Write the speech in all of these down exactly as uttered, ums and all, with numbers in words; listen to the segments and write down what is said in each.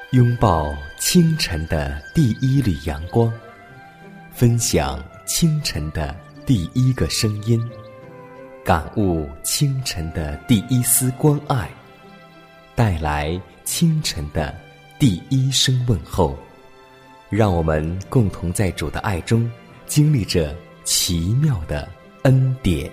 拥抱清晨的第一缕阳光，分享清晨的第一个声音，感悟清晨的第一丝关爱，带来清晨的第一声问候。让我们共同在主的爱中经历着奇妙的恩典。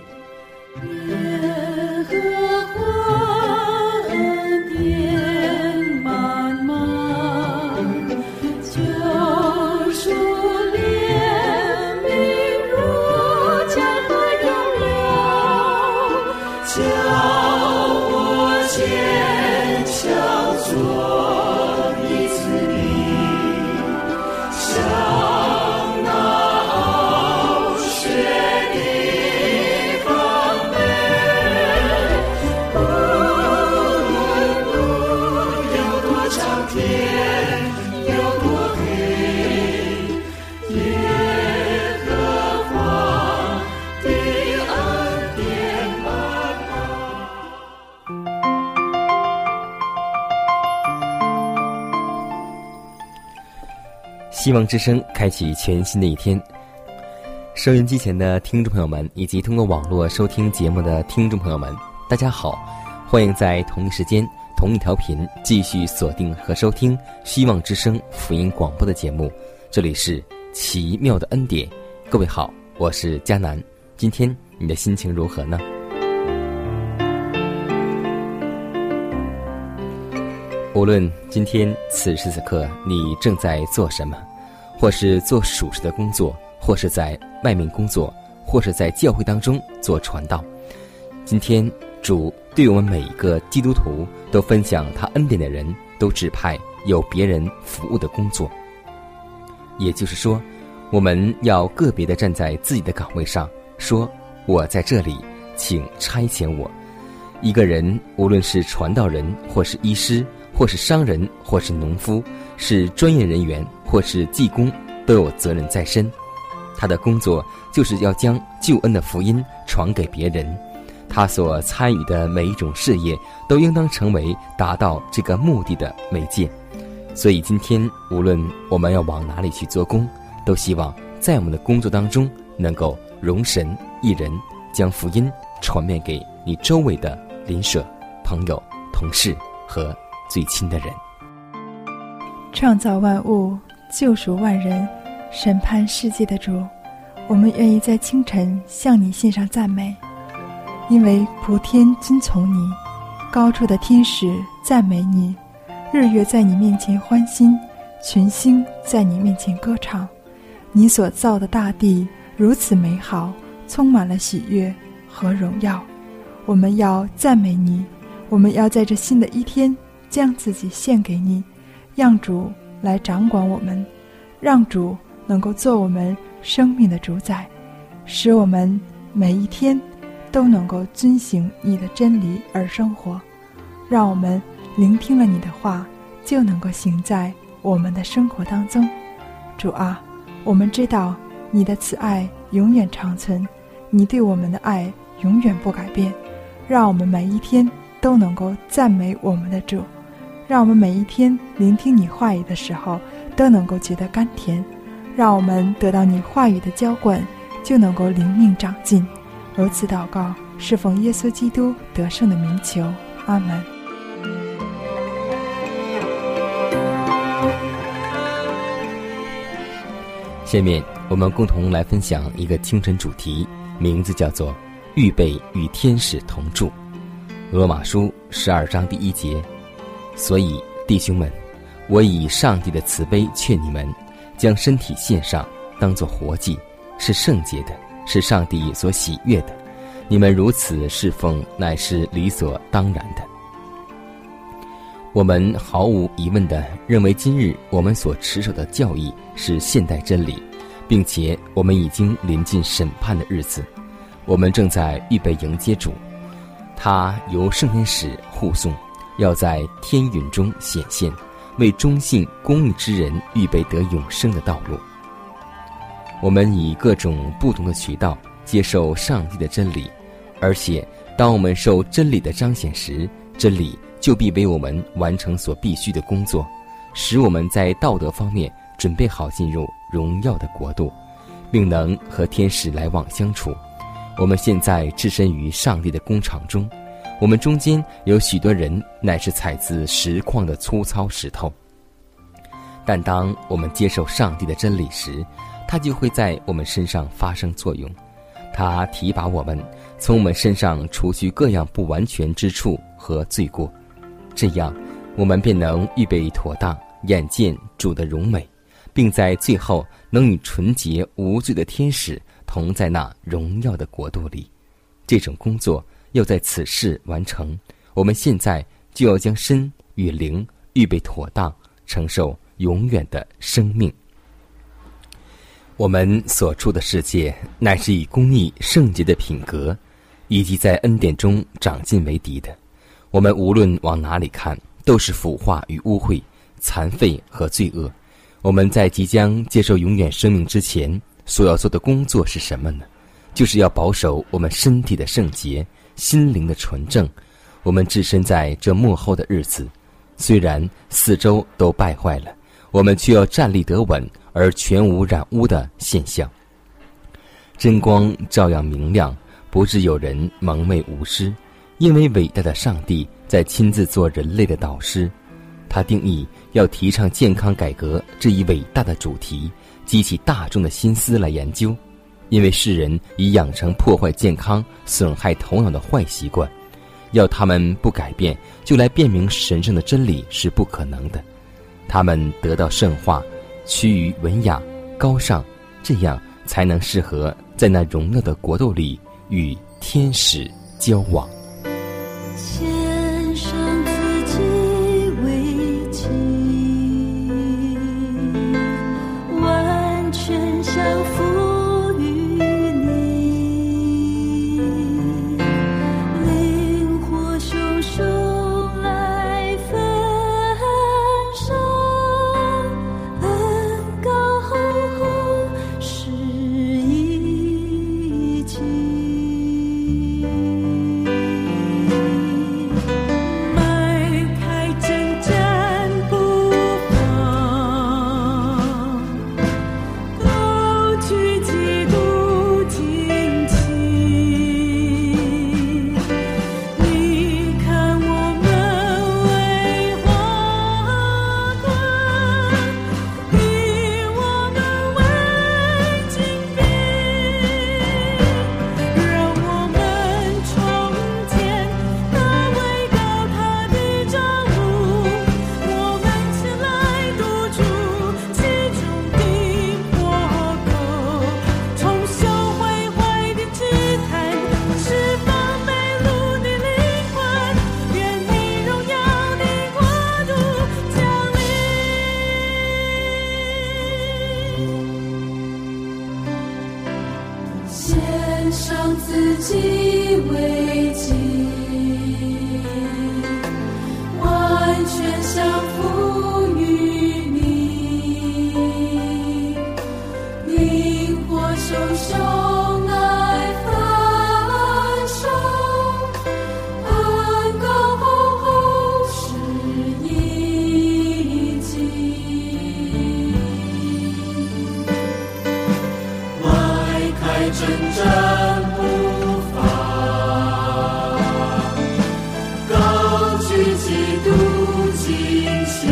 希望之声开启全新的一天。收音机前的听众朋友们，以及通过网络收听节目的听众朋友们，大家好，欢迎在同一时间同一调频继续锁定和收听希望之声福音广播的节目。这里是奇妙的恩典。各位好，我是嘉南。今天你的心情如何呢？无论今天此时此刻你正在做什么，或是做属实的工作，或是在外面工作，或是在教会当中做传道，今天主对我们每一个基督徒都分享他恩典的人，都指派有别人服务的工作。也就是说，我们要个别的站在自己的岗位上，说我在这里，请差遣我。一个人无论是传道人，或是医师，或是商人，或是农夫，是专业人员，或是技工，都有责任在身。他的工作就是要将救恩的福音传给别人，他所参与的每一种事业都应当成为达到这个目的的媒介。所以今天无论我们要往哪里去做工，都希望在我们的工作当中能够容神一人，将福音传遍给你周围的邻舍、朋友、同事和最亲的人。 创造万物，救赎万人，审判世界的主，我们愿意在清晨向你献上赞美，因为普天遵从你，高处的天使赞美你，日月在你面前欢欣，群星在你面前歌唱。你所造的大地如此美好，充满了喜悦和荣耀。我们要赞美你，我们要在这新的一天将自己献给你，让主来掌管我们，让主能够做我们生命的主宰，使我们每一天都能够遵行你的真理而生活。让我们聆听了你的话，就能够行在我们的生活当中。主啊，我们知道你的慈爱永远长存，你对我们的爱永远不改变。让我们每一天都能够赞美我们的主，让我们每一天聆听你话语的时候都能够觉得甘甜，让我们得到你话语的浇灌，就能够灵命长进。如此祷告，是奉耶稣基督得胜的名求，阿们。 下面我们共同来分享一个清晨主题，名字叫做预备与天使同住。罗马书十二章第一节，所以弟兄们，我以上帝的慈悲劝你们，将身体献上，当作活祭，是圣洁的，是上帝所喜悦的。你们如此侍奉，乃是理所当然的。我们毫无疑问地认为，今日我们所持守的教义是现代真理，并且我们已经临近审判的日子。我们正在预备迎接主，他由圣天使护送，要在天云中显现，为忠信公义之人预备得永生的道路。我们以各种不同的渠道接受上帝的真理，而且当我们受真理的彰显时，真理就必为我们完成所必须的工作， 使我们在道德方面准备好进入荣耀的国度，并能和天使来往相处。我们现在置身于上帝的工厂中，我们中间有许多人乃是采自石矿的粗糙石头，但当我们接受上帝的真理时，它就会在我们身上发生作用。它提拔我们，从我们身上除去各样不完全之处和罪过，这样我们便能预备妥当，眼见主的荣美，并在最后能与纯洁无罪的天使同在那荣耀的国度里。这种工作要在此世完成，我们现在就要将身与灵预备妥当，承受永远的生命。我们所处的世界乃是以公义圣洁的品格以及在恩典中长进为敌的。我们无论往哪里看，都是腐化与污秽、残废和罪恶。我们在即将接受永远生命之前所要做的工作是什么呢？就是要保守我们身体的圣洁，心灵的纯正。我们置身在这末后的日子，虽然四周都败坏了，我们却要站立得稳，而全无染污的现象。真光照样明亮，不致有人蒙昧无知，因为伟大的上帝在亲自做人类的导师。他定义要提倡健康改革这一伟大的主题，激起大众的心思来研究。因为世人已养成破坏健康、损害头脑的坏习惯，要他们不改变就来辨明神圣的真理是不可能的。他们得到圣化，趋于文雅高尚，这样才能适合在那荣耀的国度里与天使交往。 献上自己为祭，完全降服于你，灵火熊熊来焚烧，恩膏厚厚是一起。献上自己为祭，完全降服于你，灵火熊熊来焚烧，恩膏厚厚是一起。迈开真正步伐，高举基督旌旗。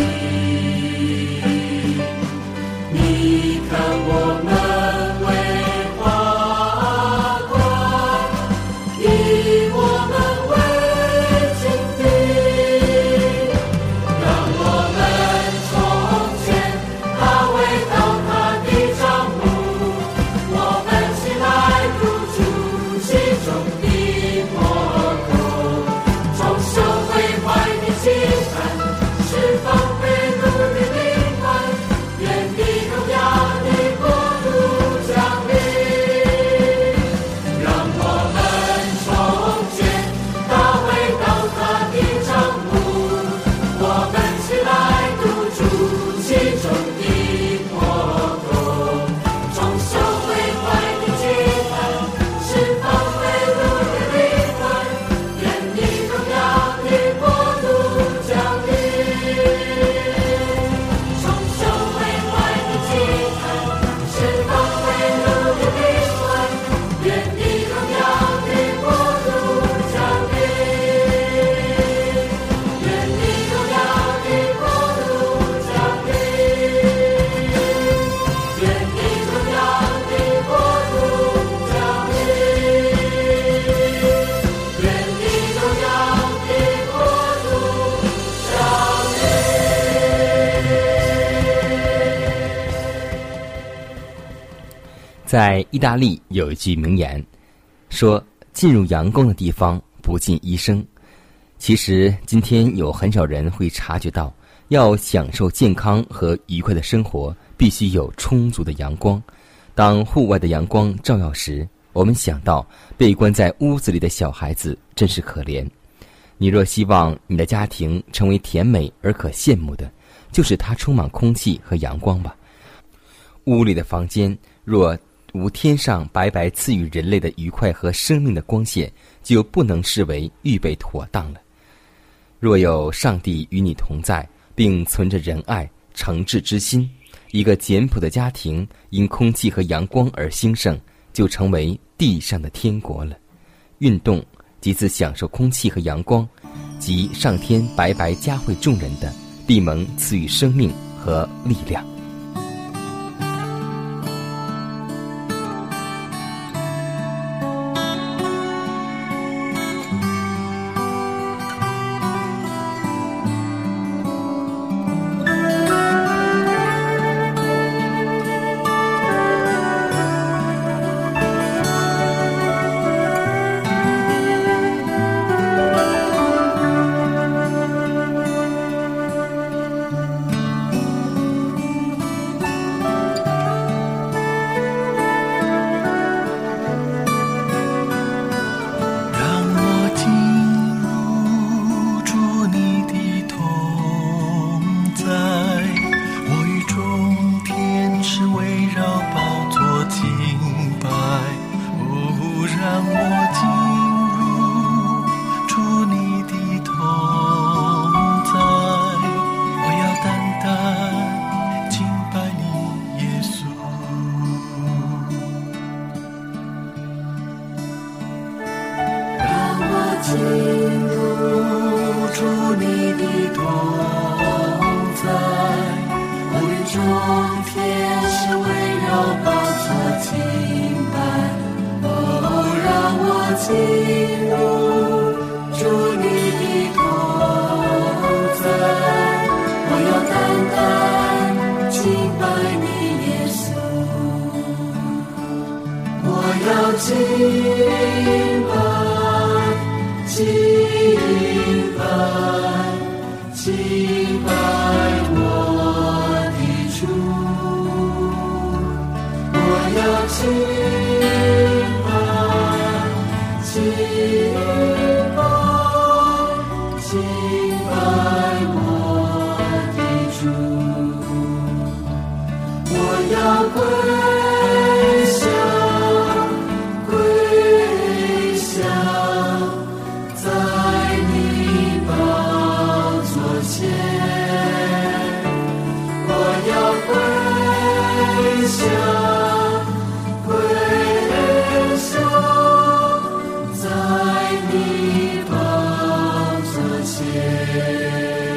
你看我们为华冠，以我们为军兵，让我们重建他为倒塌的帐幕，我们起来堵住其中的破口，重修毁坏的祭坛，释放被掳的灵魂，愿你荣耀的国在意大利有一句名言，说进入阳光的地方不进医生。其实今天有很少人会察觉到，要享受健康和愉快的生活，必须有充足的阳光。当户外的阳光照耀时，我们想到被关在屋子里的小孩子真是可怜。你若希望你的家庭成为甜美而可羡慕的，就使它充满空气和阳光吧。屋里的房间若无天上白白赐予人类的愉快和生命的光线，就不能视为预备妥当了。若有上帝与你同在，并存着仁爱诚挚之心，一个简朴的家庭因空气和阳光而兴盛，就成为地上的天国了。运动即自享受空气和阳光，即上天白白加惠众人的，必蒙赐予生命和力量。 进入主你的同在，无论中天使围绕宝座敬拜，哦，让我进入主你的同在，我要单单敬拜你耶稣，我要敬拜敬拜，敬拜我的主，我要敬拜，敬拜，敬拜我的主，我要跪下，跪下。在你宝座前，我要跪下，跪下，在你宝座前，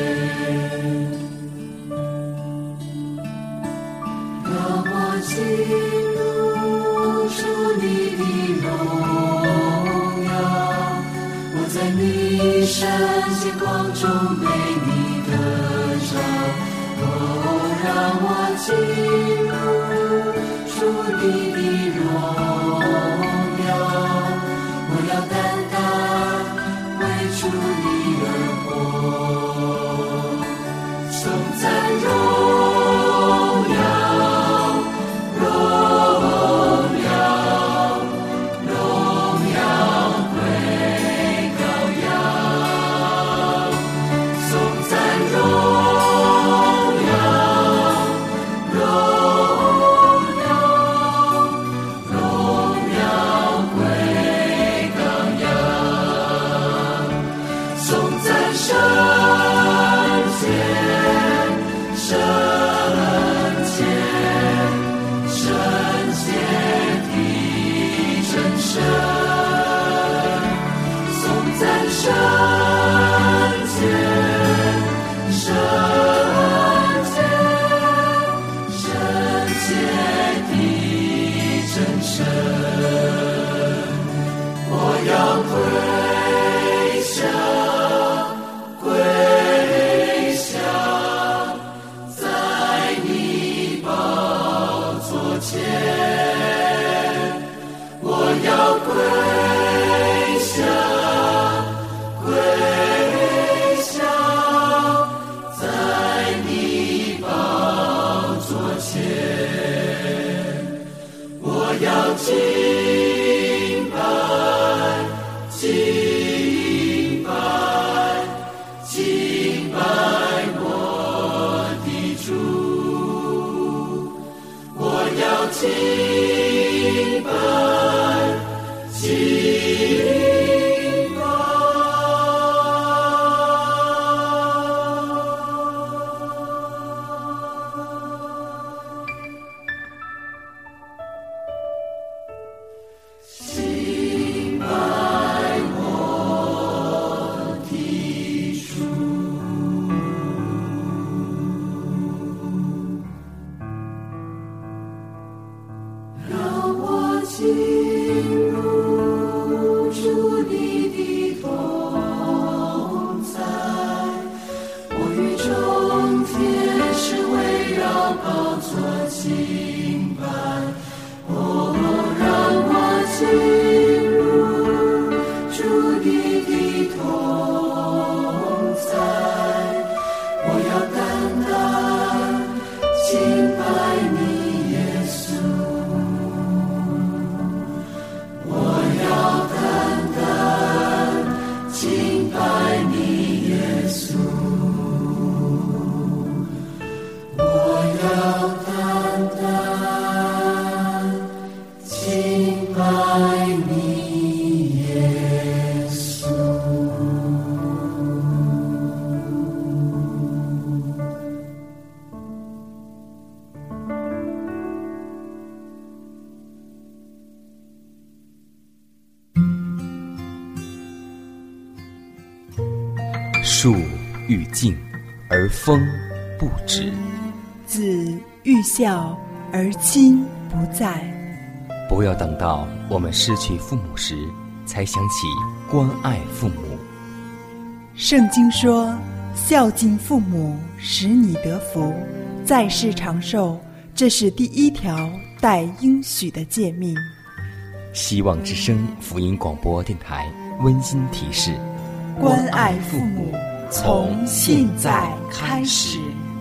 让我进入主你的荣耀。在你圣洁光中被你得着，哦，让我进入主你的荣耀，我要单单为主你而活，颂赞荣耀，荣耀，荣耀归前， 要跪下，跪下，在你宝座前，我要敬拜，敬拜，敬拜我的主，我要敬拜，敬拜。敬拜我的主，让我进入主你的同在，我与众天使围绕宝座敬拜。哦，让我进入主你的同在，我要单单敬拜你耶稣，我要单单敬拜你耶稣，我要单单敬拜你耶稣。 树欲静而风不止， 子欲孝而亲不在。 不要等到我们失去父母时才想起关爱父母。 圣经说，孝敬父母使你得福，在世长寿，这是第一条带应许的诫命。 希望之声福音广播电台温馨提示： 关爱父母，从现在开始。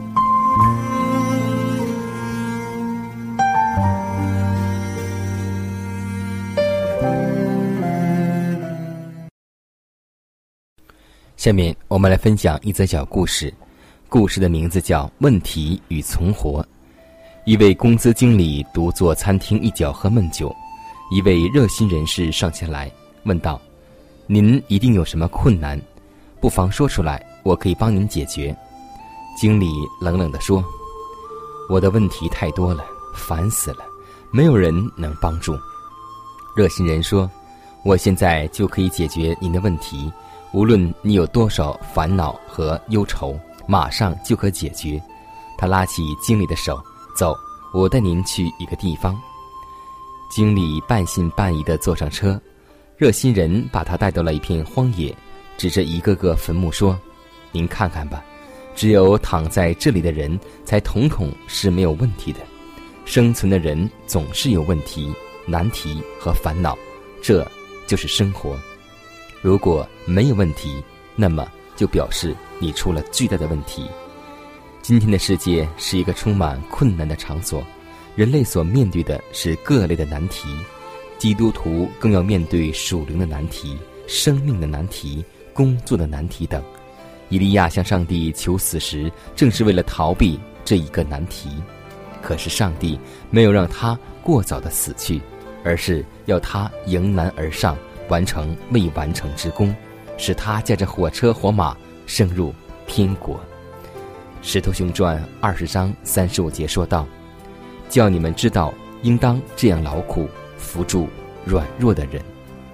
下面我们来分享一则小故事，故事的名字叫《问题与存活》。一位公司经理独坐餐厅一角喝闷酒，一位热心人士上前来问道：您一定有什么困难，不妨说出来，我可以帮您解决。经理冷冷地说：我的问题太多了，烦死了，没有人能帮助。热心人说：我现在就可以解决您的问题，无论你有多少烦恼和忧愁，马上就可解决。他拉起经理的手，走，我带您去一个地方。经理半信半疑地坐上车，热心人把他带到了一片荒野，指着一个个坟墓说：您看看吧，只有躺在这里的人才统统是没有问题的，生存的人总是有问题、难题和烦恼，这就是生活。如果没有问题，那么就表示你出了巨大的问题。今天的世界是一个充满困难的场所，人类所面对的是各类的难题，基督徒更要面对属灵的难题、生命的难题、工作的难题等。以利亚向上帝求死时，正是为了逃避这一个难题。可是上帝没有让他过早的死去，而是要他迎难而上，完成未完成之功，使他驾着火车火马升入天国。使徒行传二十章三十五节说道：叫你们知道应当这样劳苦，扶助软弱的人。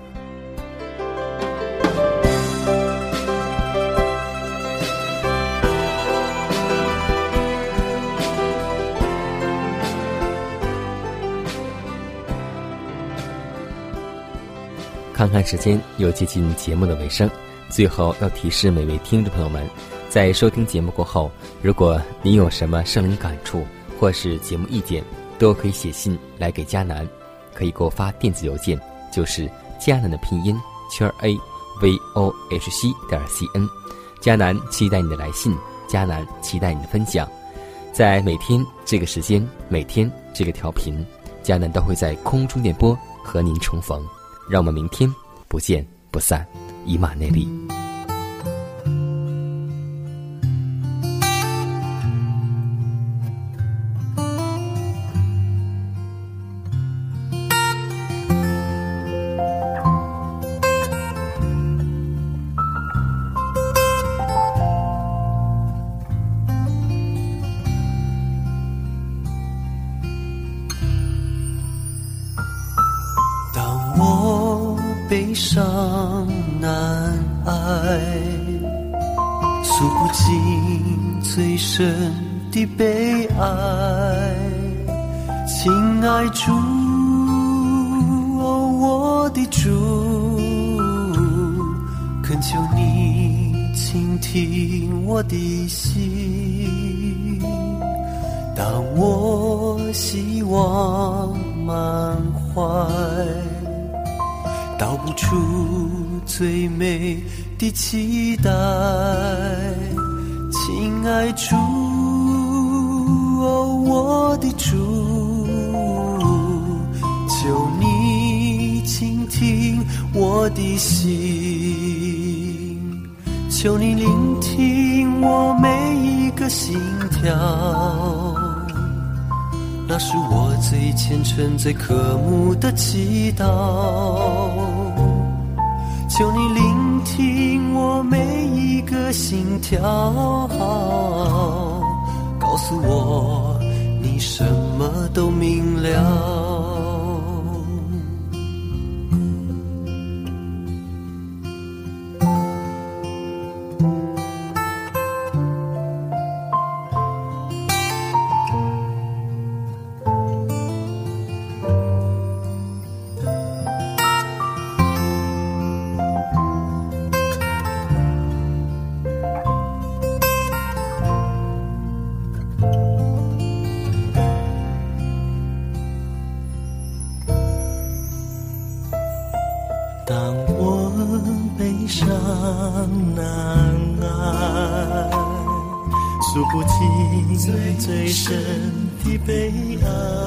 看看时间，又接近节目的尾声，最后要提示每位听众朋友们，在收听节目过后，如果您有什么圣灵感触或是节目意见，都可以写信来给迦南，可以给我发电子邮件就是迦南的拼音圈 A V O H C 点 C N。迦南期待你的来信，迦南期待你的分享。在每天这个时间，每天这个调频，迦南都会在空中电波和您重逢。让我们明天不见不散，以马内利。 悲伤难挨，诉不尽最深的悲哀。亲爱主，哦，我的主，恳求你倾听我的心。当我希望满怀，道不出最美的期待。亲爱主，哦，我的主，求你倾听我的心，求你聆听我每一个心跳，那是我最虔诚最渴慕的祈祷。求你聆听我每一个心跳，告诉我你什么都明了。当我悲伤难挨，诉不尽最深的悲哀。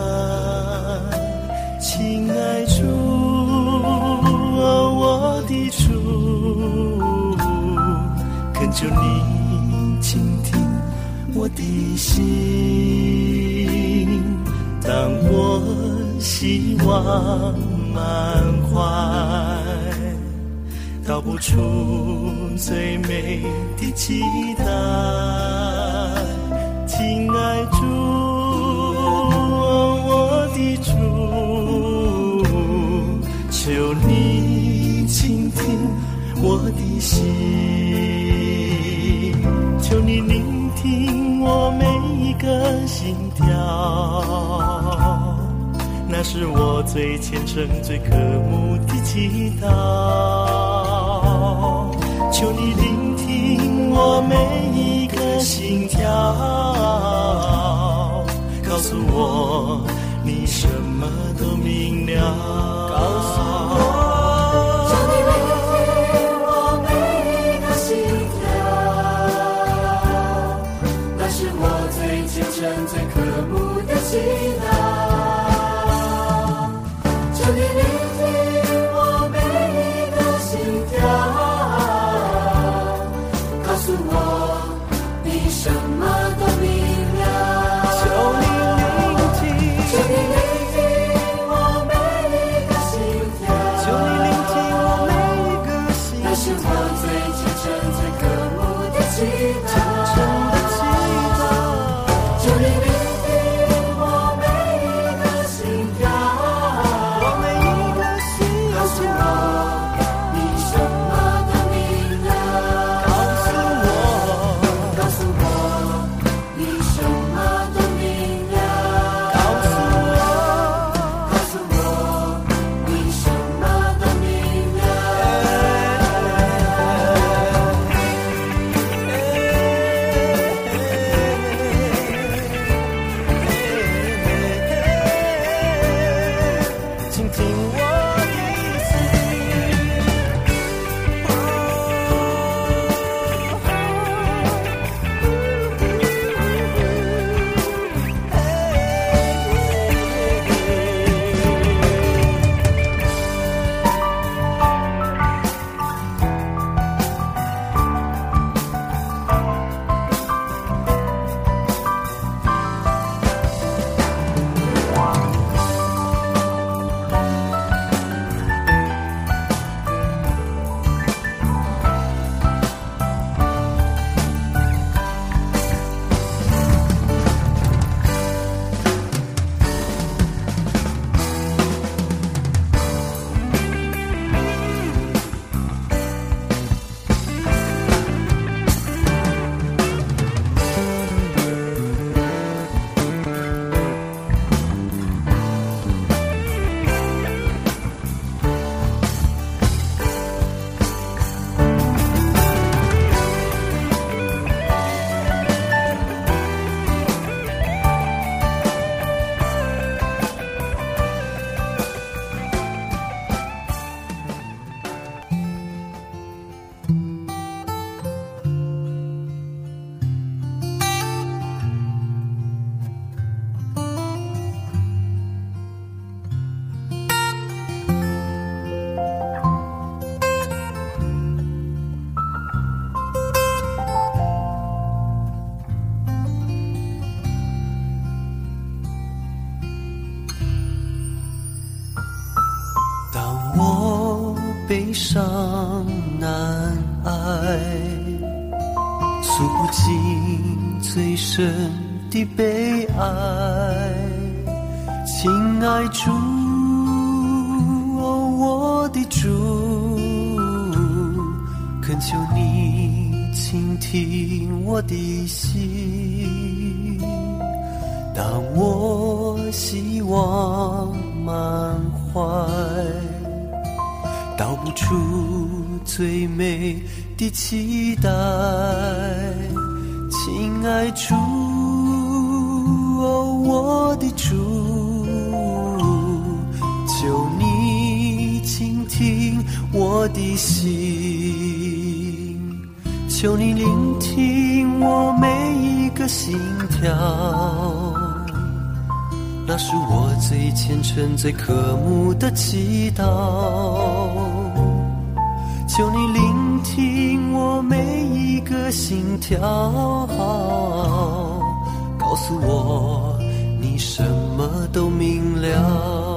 亲爱主，哦，我的主，恳求你倾听我的心。当我希望满怀，道不出最美的期待。亲爱主，我的主，求你倾听我的心，求你聆听我每一个心跳，那是我最虔诚最渴慕的祈祷。求你聆听我每一个心跳，告诉我你什么都明了。告诉我， 求你聆听我每一个心跳，那是我最虔诚最渴慕的祈祷。求你聆听我每一个心跳，告诉我你什么都明了。 求你聆听， 求伤难挨，诉不尽最深的悲哀。亲爱主，哦，我的主，恳求你倾听我的心。当我希望满怀，道不出最美的期待。亲爱主，哦，我的主，求你倾听我的心，求你聆听我每一个心跳，那是我最虔诚最渴慕的祈祷。求你聆听我每一个心跳，告诉我你什么都明了。